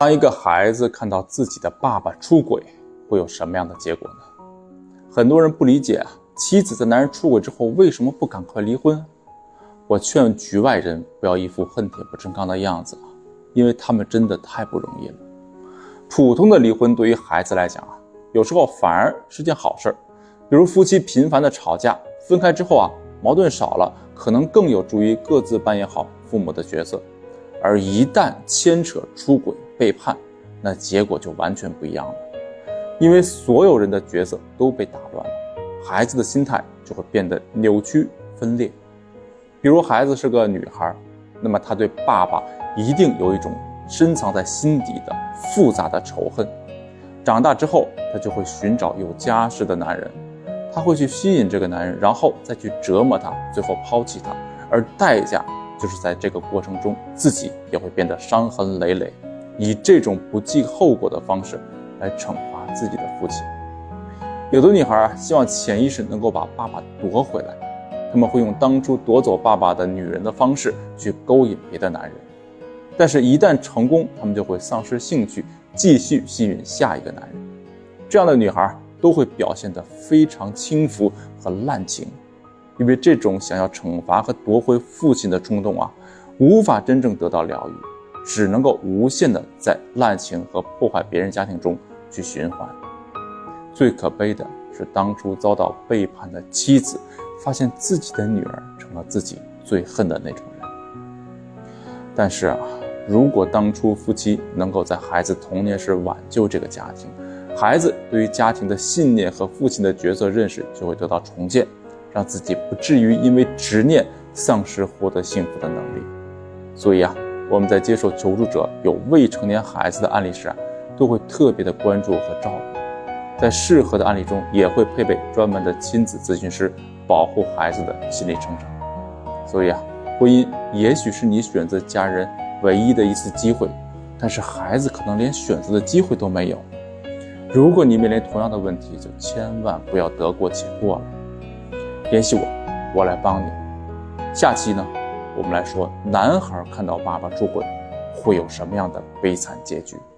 当一个孩子看到自己的爸爸出轨，会有什么样的结果呢？很多人不理解妻子在男人出轨之后为什么不赶快离婚。我劝局外人不要一副恨铁不成钢的样子，因为他们真的太不容易了。普通的离婚对于孩子来讲有时候反而是件好事。比如夫妻频繁的吵架，分开之后矛盾少了，可能更有助于各自扮演好父母的角色。而一旦牵扯出轨背叛，那结果就完全不一样了。因为所有人的角色都被打乱了，孩子的心态就会变得扭曲分裂。比如孩子是个女孩，那么她对爸爸一定有一种深藏在心底的复杂的仇恨。长大之后，她就会寻找有家室的男人，她会去吸引这个男人，然后再去折磨他，最后抛弃他，而代价就是在这个过程中自己也会变得伤痕累累，以这种不计后果的方式来惩罚自己的父亲。有的女孩希望潜意识能够把爸爸夺回来，他们会用当初夺走爸爸的女人的方式去勾引别的男人，但是一旦成功，他们就会丧失兴趣，继续吸引下一个男人。这样的女孩都会表现得非常轻浮和滥情，因为这种想要惩罚和夺回父亲的冲动无法真正得到疗愈，只能够无限的在滥情和破坏别人家庭中去循环。最可悲的是当初遭到背叛的妻子发现自己的女儿成了自己最恨的那种人。但是如果当初夫妻能够在孩子童年时挽救这个家庭，孩子对于家庭的信念和父亲的角色认识就会得到重建，让自己不至于因为执念丧失获得幸福的能力。所以我们在接受求助者有未成年孩子的案例时都会特别的关注和照顾，在适合的案例中也会配备专门的亲子咨询师，保护孩子的心理成长。所以婚姻也许是你选择家人唯一的一次机会，但是孩子可能连选择的机会都没有。如果你面临同样的问题，就千万不要得过且过了。联系我，我来帮你。下期呢，我们来说男孩看到爸爸出轨会有什么样的悲惨结局。